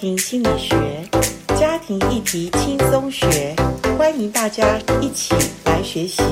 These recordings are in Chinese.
庭心理学，家庭议题轻松学，欢迎大家一起来学习。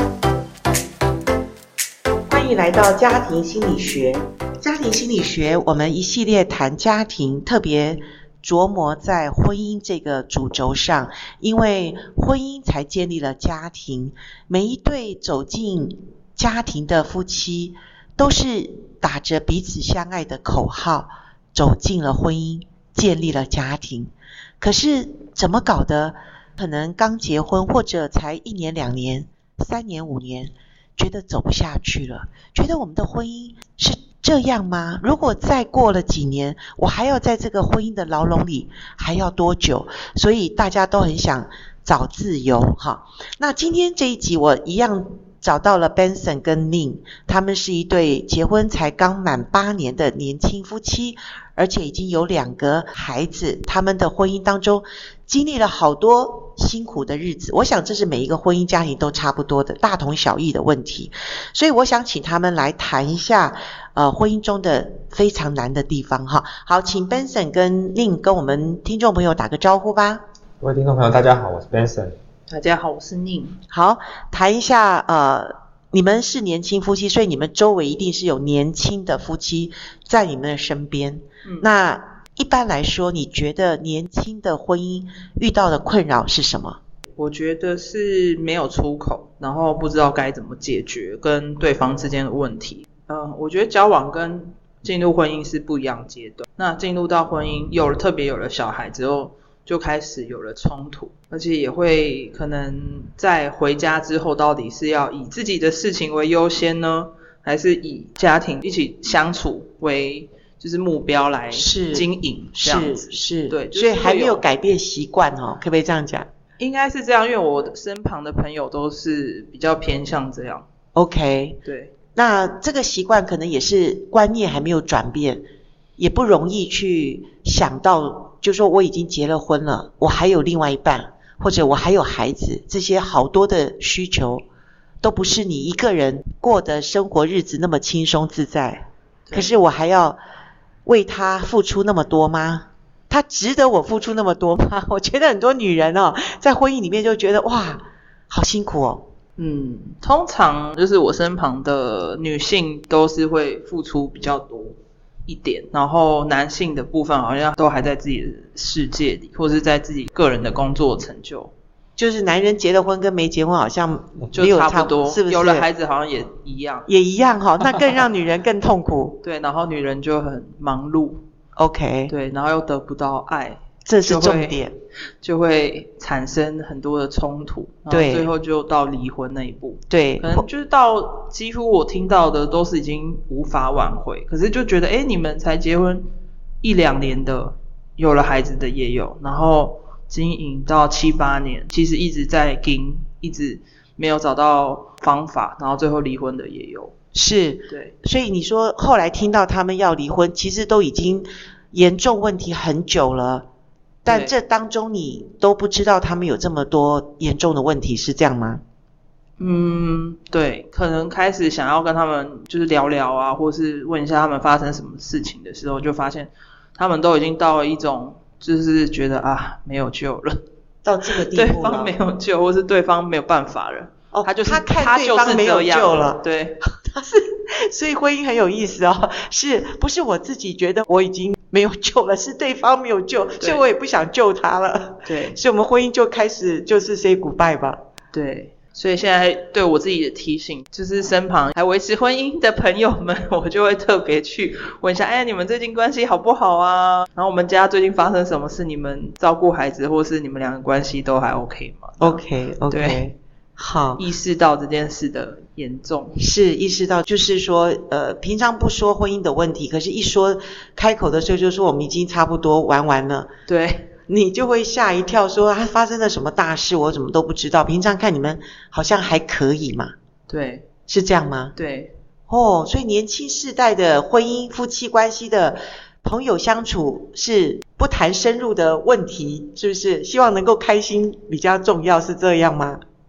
欢迎来到家庭心理学。家庭心理学，我们一系列谈家庭，特别琢磨在婚姻这个主轴上，因为婚姻才建立了家庭。每一对走进家庭的夫妻，都是打着彼此相爱的口号，走进了婚姻，建立了家庭。可是怎么搞的？可能刚结婚，或者才1年、2年、3年、5年，觉得走不下去了，觉得我们的婚姻是这样吗？如果再过了几年，我还要在这个婚姻的牢笼里，还要多久？所以大家都很想找自由哈。那今天这一集我一样找到了 Benson 跟 Ning， 他们是一对结婚才刚满8年的年轻夫妻，而且已经有2个孩子。他们的婚姻当中经历了好多辛苦的日子，我想这是每一个婚姻家庭都差不多的，大同小异的问题。所以我想请他们来谈一下婚姻中的非常难的地方哈。好，请 Benson 跟 Ning 跟我们听众朋友打个招呼吧。 各位听众朋友大家好，我是 Benson。 大家好，我是Ning。 好，谈一下你们是年轻夫妻，所以你们周围一定是有年轻的夫妻在你们的身边。那一般来说，你觉得年轻的婚姻遇到的困扰是什么？ 我觉得是没有出口，然后不知道该怎么解决跟对方之间的问题。我觉得交往跟进入婚姻是不一样的阶段。那进入到婚姻，特别有了小孩之后，就开始有了冲突，而且也会可能在回家之后，到底是要以自己的事情为优先呢，还是以家庭一起相处为就是目标来经营这样子？是，对，就是， 所以还没有改变习惯哦，可不可以这样讲？ 应该是这样，因为我身旁的朋友都是比较偏向这样。 OK， 对， 那这个习惯可能也是观念还没有转变，也不容易去想到，就说我已经结了婚了，我还有另外一半，或者我还有孩子，这些好多的需求都不是你一个人过的生活日子那么轻松自在。可是我还要为他付出那么多吗？他值得我付出那么多吗？我觉得很多女人在婚姻里面就觉得哇，好辛苦哦。 通常就是我身旁的女性都是会付出比较多一点，然后男性的部分好像都还在自己的世界里，或是在自己个人的工作成就。 就是男人结了婚跟没结婚好像就差不多， 是不是？ 有了孩子好像也一样， 也一样哈，那更让女人更痛苦。 对，然后女人就很忙碌。 OK， 对，然后又得不到爱， 这是重点， 就会产生很多的冲突，然后最后就到离婚那一步。 对， 可能就是到几乎我听到的都是已经无法挽回，可是就觉得你们才结婚1-2年的，有了孩子的也有，然后经营到7、8年，其实一直在经，一直没有找到方法，然后最后离婚的也有。 是，对，所以你说后来听到他们要离婚，其实都已经严重问题很久了，但这当中你都不知道他们有这么多严重的问题，是这样吗？ 对，可能开始想要跟他们就是聊聊啊，或是问一下他们发生什么事情的时候，就发现他们都已经到了一种就是觉得没有救了， 到这个地步了， 对方没有救，或是对方没有办法了。他看对方没有救了， 对， 所以婚姻很有意思哦，是不是我自己觉得我已经没有救了，是对方没有救，所以我也不想救他了。 对， 所以我们婚姻就开始就是 say goodbye 吧。 对，所以现在对我自己的提醒，就是身旁还维持婚姻的朋友们，我就会特别去问一下，你们最近关系好不好啊？然后我们家最近发生什么事？你们照顾孩子，或是你们2个关系都还 OK 吗 ？OK， 对。好， 意识到这件事的严重， 是意识到，就是说平常不说婚姻的问题，可是一说开口的时候就说我们已经差不多玩完了， 对， 你就会吓一跳说发生了什么大事，我怎么都不知道，平常看你们好像还可以嘛。 对， 是这样吗？ 对， 所以年轻世代的婚姻夫妻关系的朋友相处是不谈深入的问题，是不是？希望能够开心比较重要，是这样吗？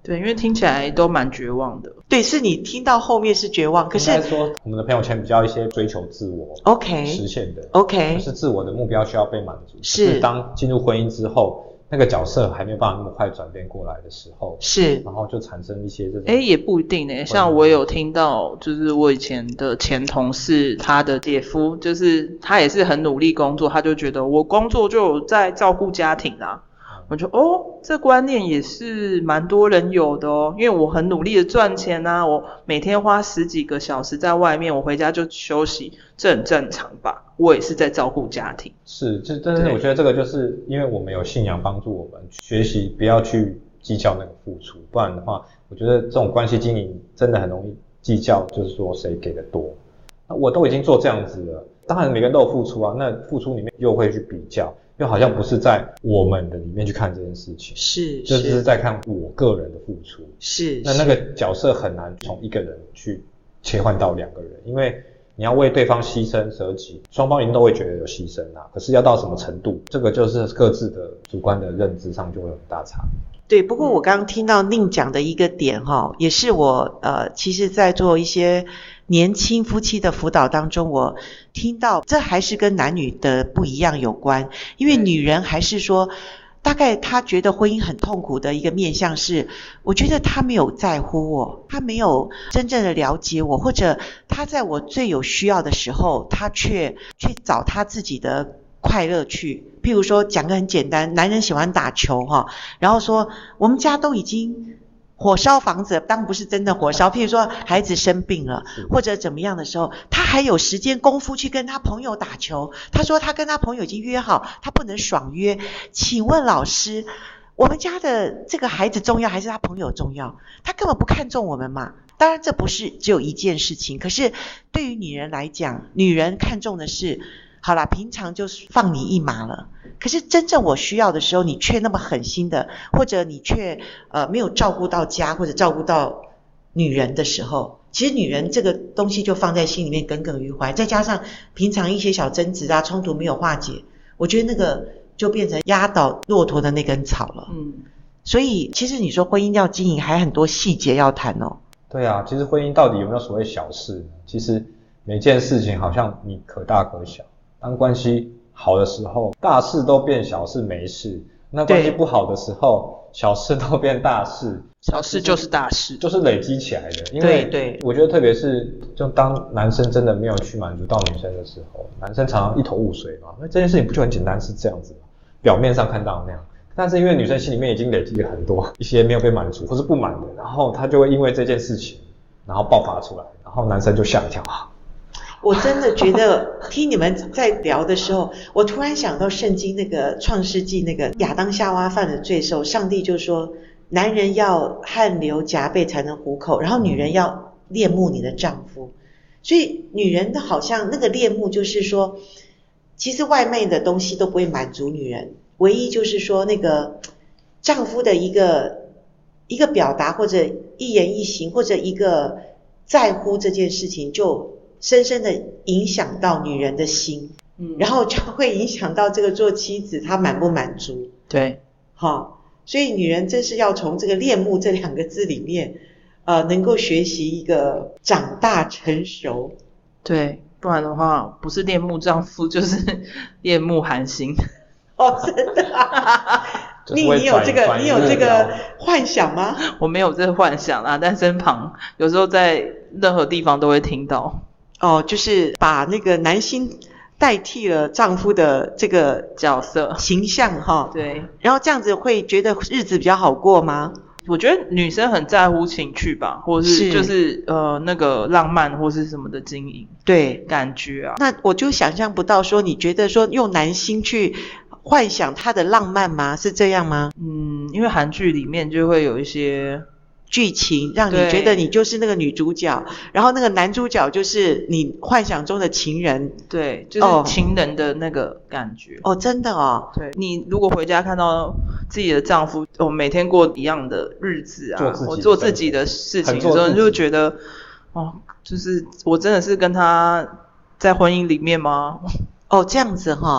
对，因为听起来都蛮绝望的。 对，是你听到后面是绝望，可是应该说我们的朋友圈比较一些追求自我 OK 实现的 OK 就是自我的目标需要被满足。 是当进入婚姻之后，那个角色还没有办法那么快转变过来的时候， 是， 然后就产生一些这种也不一定呢。像我有听到，就是我以前的前同事，他的姐夫，就是他也是很努力工作，他就觉得我工作就有在照顾家庭啦。我就这观念也是蛮多人有的哦，因为我很努力的赚钱啊，我每天花10几个小时在外面，我回家就休息，这很正常吧？我也是在照顾家庭。 是，但是我觉得这个就是因为我们有信仰帮助我们学习不要去计较那个付出，不然的话，我觉得这种关系经营真的很容易计较，就是说谁给的多。我都已经做这样子了，当然每个人都有付出啊，那付出里面又会去比较。又好像不是在我们的里面去看这件事情，就是在看我个人的付出，那个角色很难从一个人去切换到2个人，因为你要为对方牺牲舍己，双方一定都会觉得有牺牲啊，可是要到什么程度，这个就是各自的主观的认知上就会有很大差别。 对，不过我刚刚听到宁讲的一个点也是我其实在做一些年轻夫妻的辅导当中，我听到这还是跟男女的不一样有关，因为女人还是说大概她觉得婚姻很痛苦的一个面向是，我觉得她没有在乎我，她没有真正的了解我，或者她在我最有需要的时候，她却找她自己的快乐去。譬如说讲个很简单，男人喜欢打球然后说我们家都已经火烧房子，当然不是真的火烧，譬如说孩子生病了或者怎么样的时候，他还有时间功夫去跟他朋友打球。他说他跟他朋友已经约好，他不能爽约。请问老师，我们家的这个孩子重要还是他朋友重要？他根本不看重我们嘛。当然这不是只有一件事情，可是对于女人来讲，女人看重的是好啦，平常就放你一马了，可是真正我需要的时候，你却那么狠心的，或者你却没有照顾到家，或者照顾到女人的时候，其实女人这个东西就放在心里面耿耿于怀，再加上平常一些小争执啊、冲突没有化解，我觉得那个就变成压倒骆驼的那根草了。所以其实你说婚姻要经营，还很多细节要谈哦。 对啊，其实婚姻到底有没有所谓小事？其实每件事情好像你可大可小。当关系好的时候，大事都变小事没事；那关系不好的时候，小事都变大事。 小事就是大事， 就是累积起来的。因为我觉得特别是就当男生真的没有去满足到女生的时候，男生常常一头雾水嘛，那这件事情不就很简单是这样子吗？表面上看到那样，但是因为女生心里面已经累积了很多一些没有被满足或是不满的，然后她就会因为这件事情然后爆发出来，然后男生就吓一跳啊。 我真的觉得听你们在聊的时候，我突然想到圣经那个创世纪那个亚当夏娃犯了罪的时候，上帝就说男人要汗流浃背才能糊口，然后女人要恋慕你的丈夫。所以女人的好像那个恋慕就是说，其实外面的东西都不会满足女人，唯一就是说那个丈夫的一个表达，或者一言一行，或者一个在乎这件事情，就深深的影响到女人的心，然后就会影响到这个做妻子她满不满足。 对， 所以女人真是要从这个恋慕这2个字里面能够学习一个长大成熟。 对，不然的话不是恋慕丈夫就是恋慕韩星。 真的啊你有这个幻想吗？ 我没有这个幻想啊，但身旁有时候在任何地方都会听到。 就是把那个男星代替了丈夫的这个角色形象对， 然后这样子会觉得日子比较好过吗？ 我觉得女生很在乎情趣吧，或是就是那个浪漫或是什么的经营， 对， 感觉啊。 那我就想象不到说，你觉得说用男星去幻想他的浪漫吗？是这样吗？ 因为韩剧里面就会有一些剧情让你觉得你就是那个女主角，然后那个男主角就是你幻想中的情人。 对，就是情人的那个感觉。 真的对，你如果回家看到自己的丈夫每天过一样的日子啊，做自己的事情的时候，你就觉得就是我真的是跟他在婚姻里面吗？ 这样子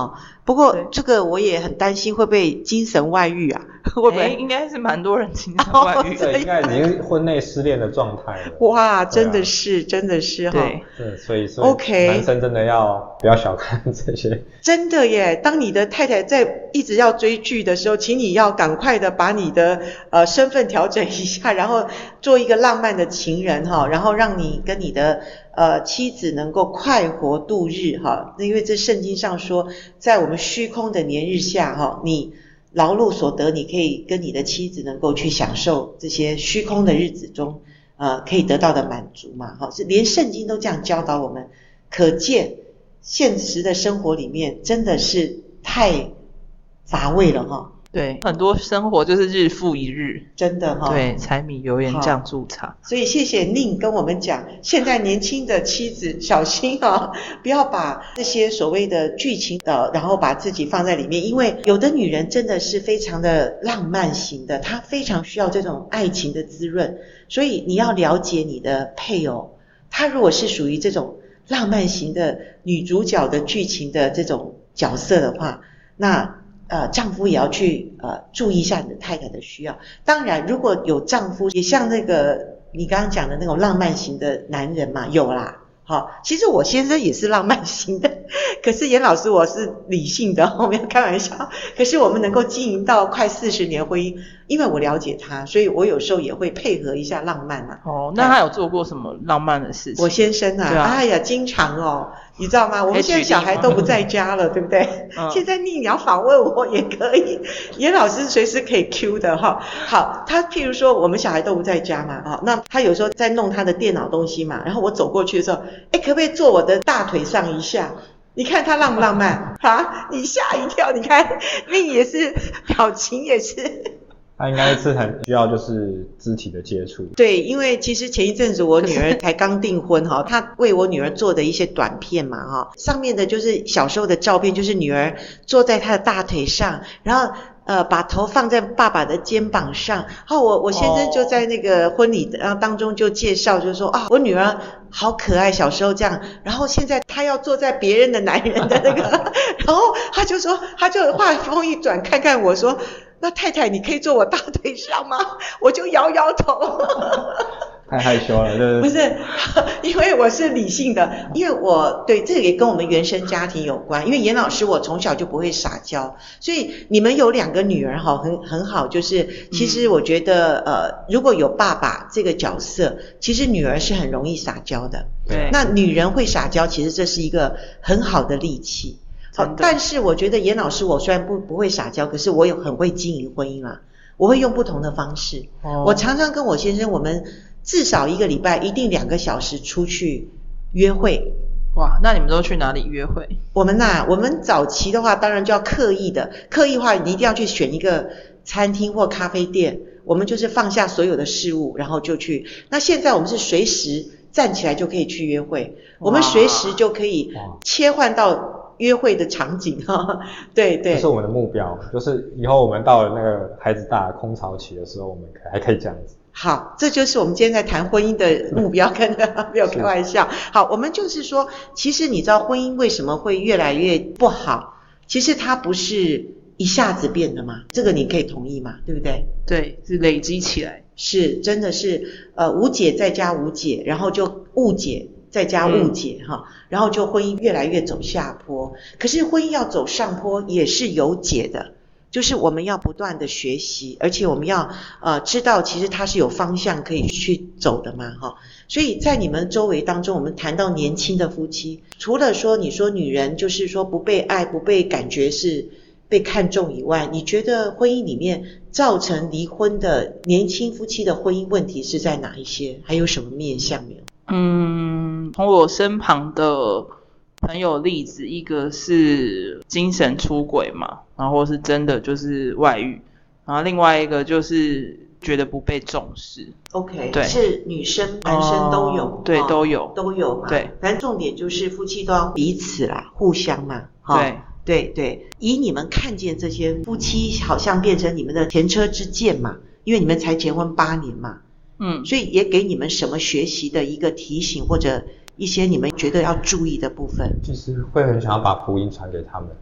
不过这个我也很担心会不会精神外遇啊？会不会？ 应该是蛮多人精神外遇的，应该已经婚内失恋的状态了。 哇，真的是对， 所以 OK， 男生真的要不要小看这些。 真的耶，当你的太太在一直要追剧的时候，请你要赶快的把你的身份调整一下，然后做一个浪漫的情人哈，然后让你跟你的妻子能够快活度日哈。因为这圣经上说，在我们虚空的年日下哈，你劳碌所得，你可以跟你的妻子能够去享受这些虚空的日子中可以得到的满足嘛哈。是连圣经都这样教导我们，可见现实的生活里面真的是太乏味了哈。 对，很多生活就是日复一日， 真的哈。 对，柴米油盐酱醋茶。 所以谢谢宁跟我们讲，现在年轻的妻子小心不要把这些所谓的剧情然后把自己放在里面，因为有的女人真的是非常的浪漫型的，她非常需要这种爱情的滋润，所以你要了解你的配偶，她如果是属于这种浪漫型的女主角的剧情的这种角色的话，那丈夫也要去注意一下你的太太的需要。当然如果有丈夫也像那个你刚刚讲的那种浪漫型的男人嘛，有啦。好，其实我先生也是浪漫型的，可是严老师我是理性的，我没有开玩笑。可是我们能够经营到快40年婚姻，因为我了解他，所以我有时候也会配合一下浪漫啊。 那他有做过什么浪漫的事情？ 我先生哎呀，经常你知道吗？我们现在小孩都不在家了，对不对？现在你要访问我也可以，严老师随时可以 Q 的哈。好，他譬如说我们小孩都不在家嘛，那他有时候在弄他的电脑东西嘛，然后我走过去的时候，可不可以坐我的大腿上一下？你看他浪不浪漫啊？你吓一跳，你看你也是表情也是。 他应该是很需要就是肢体的接触。 对，因为其实前一阵子我女儿才刚订婚她为我女儿做的一些短片嘛上面的就是小时候的照片，就是女儿坐在她的大腿上，然后把头放在爸爸的肩膀上。我先生就在那个婚礼当中就介绍，就是说我女儿好可爱，小时候这样，然后现在她要坐在别人的男人的那个然后他就说，他就话锋一转看看我说，那太太你可以坐我大腿上吗？我就摇摇头太害羞了，对不是，因为我是理性的，因为对这个也跟我们原生家庭有关。因为严老师我从小就不会撒娇，所以你们有2个女儿很好，就是其实我觉得如果有爸爸这个角色，其实女儿是很容易撒娇的。 对， 那女人会撒娇，其实这是一个很好的利器。好，但是我觉得严老师我虽然不会撒娇，可是我有很会经营婚姻我会用不同的方式。我常常跟我先生，我们至少1个礼拜一定2个小时出去约会。 哇，那你们都去哪里约会？ 我们早期的话当然就要刻意的话，你一定要去选一个餐厅或咖啡店，我们就是放下所有的事物然后就去。那现在我们是随时站起来就可以去约会，我们随时就可以切换到约会的场景对， 这是我们的目标，就是以后我们到了那个孩子大空巢期的时候，我们还可以这样子。 好，这就是我们今天在谈婚姻的目标，没有开玩笑。好，我们就是说，其实你知道婚姻为什么会越来越不好？其实它不是一下子变的嘛，这个你可以同意嘛，对不对？ 对，是累积起来， 是真的是无解再加无解，然后就误解再加误解然后就婚姻越来越走下坡。可是婚姻要走上坡也是有解的，就是我们要不断的学习，而且我们要知道其实它是有方向可以去走的嘛所以在你们周围当中，我们谈到年轻的夫妻，除了说你说女人就是说不被爱不被感觉是被看重以外，你觉得婚姻里面造成离婚的年轻夫妻的婚姻问题是在哪一些？还有什么面向没有？ 从我身旁的朋友例子，一个是精神出轨嘛，然后是真的就是外遇，然后另外一个就是觉得不被重视。 OK， 对， 是女生男生都有， 对，都有嘛。 对， 反正重点就是夫妻都要彼此啦，互相嘛。对，以你们看见这些夫妻好像变成你们的前车之鉴嘛，因为你们才结婚8年嘛。所以也给你们什么学习的一个提醒，或者一些你们觉得要注意的部分。 其实会很想要把福音传给他们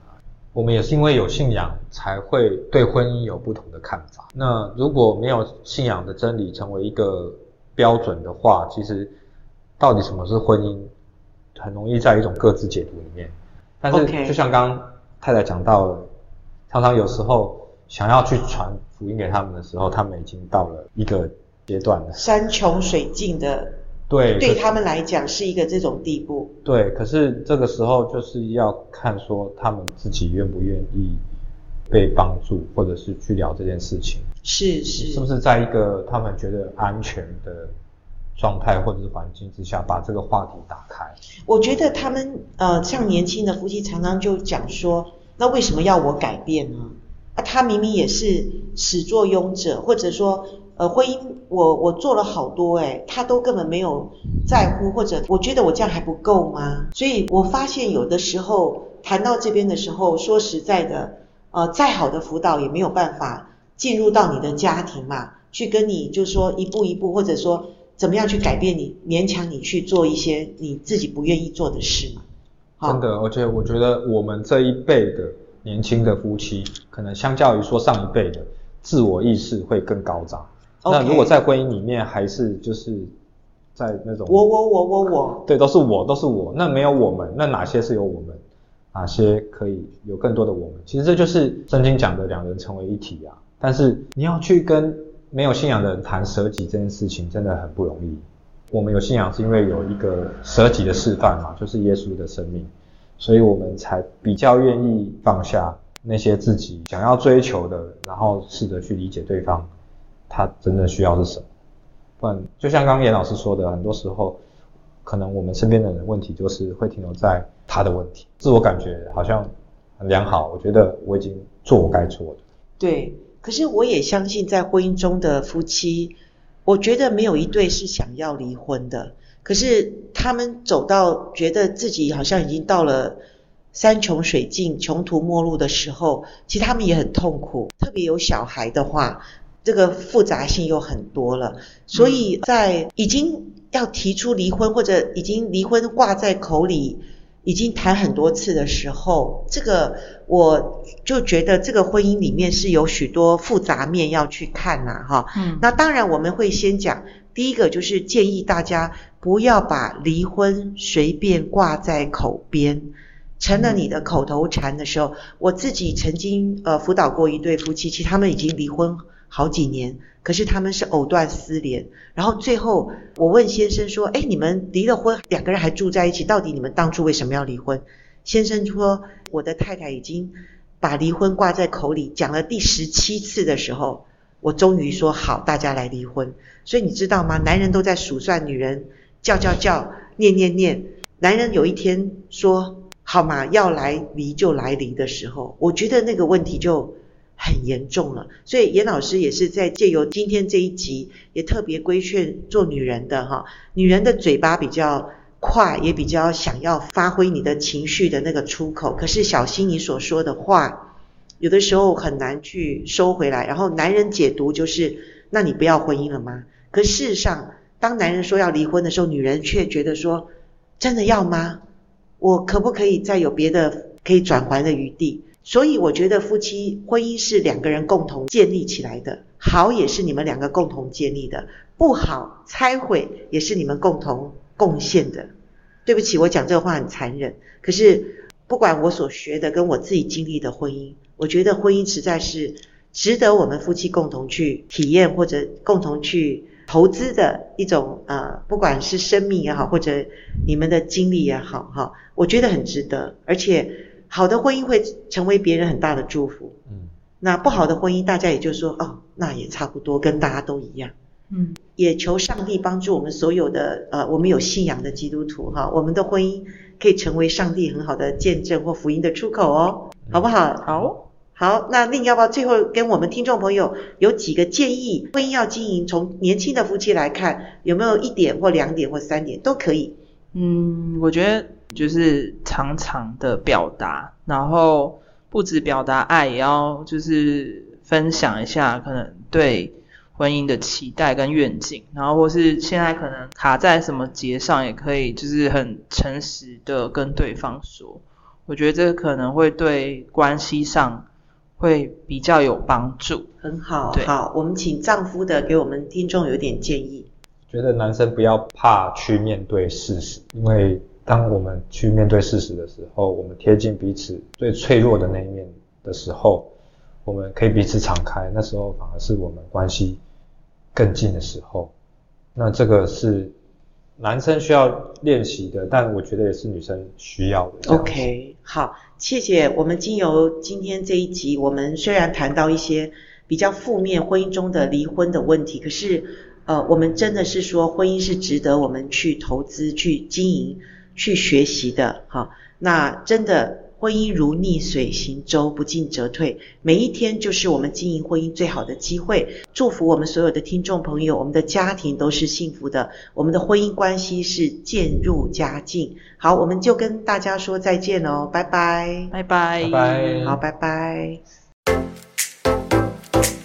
我们也是因为有信仰才会对婚姻有不同的看法。那如果没有信仰的真理成为一个标准的话，其实到底什么是婚姻，很容易在一种各自解读里面。但是就像刚刚太太讲到了，常常有时候想要去传福音给他们的时候，他们已经到了一个阶段了， 山穷水尽的，对他们来讲是一个这种地步。 对，可是这个时候就是要看说他们自己愿不愿意被帮助，或者是去聊这件事情，是不是在一个他们觉得安全的状态或者是环境之下把这个话题打开。 我觉得他们像年轻的夫妻常常就讲说，那为什么要我改变呢？他明明也是始作俑者，或者说婚姻我做了好多他都根本没有在乎，或者我觉得我这样还不够吗？所以我发现有的时候谈到这边的时候，说实在的再好的辅导也没有办法进入到你的家庭嘛，去跟你就说一步一步，或者说怎么样去改变你，勉强你去做一些你自己不愿意做的事嘛。 真的，而且我觉得我们这一辈的年轻的夫妻，可能相较于说上一辈的，自我意识会更高涨。那如果在婚姻里面还是就是在那种我，对，都是我，那没有我们，那哪些是有我们，哪些可以有更多的我们？其实这就是圣经讲的两人成为一体啊。但是你要去跟没有信仰的人谈舍己这件事情，真的很不容易。我们有信仰是因为有一个舍己的示范嘛，就是耶稣的生命，所以我们才比较愿意放下那些自己想要追求的，然后试着去理解对方他真的需要是什么。不然就像刚刚严老师说的，很多时候可能我们身边的人问题就是会停留在他的问题，自我感觉好像很良好，我觉得我已经做我该做的。 对，可是我也相信在婚姻中的夫妻，我觉得没有一对是想要离婚的，可是他们走到觉得自己好像已经到了山穷水尽穷途末路的时候，其实他们也很痛苦，特别有小孩的话，这个复杂性又很多了。所以在已经要提出离婚，或者已经离婚挂在口里，已经谈很多次的时候，这个我就觉得这个婚姻里面是有许多复杂面要去看哈。那当然我们会先讲，第一个就是建议大家不要把离婚随便挂在口边，成了你的口头禅的时候。我自己曾经辅导过一对夫妻，其实他们已经离婚好几年，可是他们是藕断丝连。然后最后我问先生说，你们离了婚，两个人还住在一起，到底你们当初为什么要离婚？先生说，我的太太已经把离婚挂在口里，讲了第17次的时候，我终于说好，大家来离婚。所以你知道吗？男人都在数算女人叫，念，男人有一天说好嘛，要来离就来离的时候，我觉得那个问题就很严重了。所以严老师也是在借由今天这一集，也特别规劝做女人的女人的嘴巴比较快，也比较想要发挥你的情绪的那个出口，可是小心你所说的话有的时候很难去收回来。然后男人解读就是，那你不要婚姻了吗？可事实上当男人说要离婚的时候，女人却觉得说，真的要吗？我可不可以再有别的可以转圜的余地？所以我觉得夫妻婚姻是两个人共同建立起来的，好也是你们两个共同建立的，不好拆毁也是你们共同贡献的。对不起，我讲这个话很残忍，可是不管我所学的跟我自己经历的婚姻，我觉得婚姻实在是值得我们夫妻共同去体验，或者共同去投资的一种不管是生命也好，或者你们的经历也好我觉得很值得。而且好的婚姻会成为别人很大的祝福，那不好的婚姻大家也就说那也差不多，跟大家都一样。也求上帝帮助我们所有的我们有信仰的基督徒我们的婚姻可以成为上帝很好的见证或福音的出口好不好？好，那另要不要最后跟我们听众朋友有几个建议，婚姻要经营，从年轻的夫妻来看，有没有1点或2点或3点都可以？ 我觉得就是常常的表达，然后不止表达爱，也要就是分享一下可能对婚姻的期待跟愿景，然后或是现在可能卡在什么结上，也可以就是很诚实的跟对方说。 我觉得这个可能会对关系上会比较有帮助。 很好， 对， 好，我们请丈夫的给我们听众有点建议。 觉得男生不要怕去面对事实，因为当我们去面对事实的时候，我们贴近彼此最脆弱的那一面的时候，我们可以彼此敞开，那时候反而是我们关系更近的时候。那这个是男生需要练习的，但我觉得也是女生需要的。 OK， 好，谢谢。我们经由今天这一集，我们虽然谈到一些比较负面婚姻中的离婚的问题，可是我们真的是说婚姻是值得我们去投资、去经营、去学习的。好，那真的婚姻如逆水行舟，不进则退，每一天就是我们经营婚姻最好的机会。祝福我们所有的听众朋友，我们的家庭都是幸福的，我们的婚姻关系是渐入佳境。好，我们就跟大家说再见哦，拜拜， 拜拜， 拜拜， 好，拜拜。